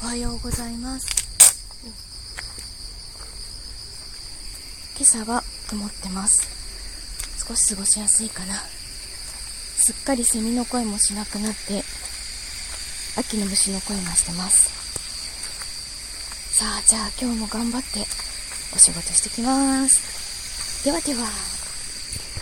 おはようございます。今朝は曇ってます。少し過ごしやすいかな。すっかりセミの声もしなくなって秋の虫の声がしてます。さあ、じゃあ今日も頑張ってお仕事してきます。ではでは。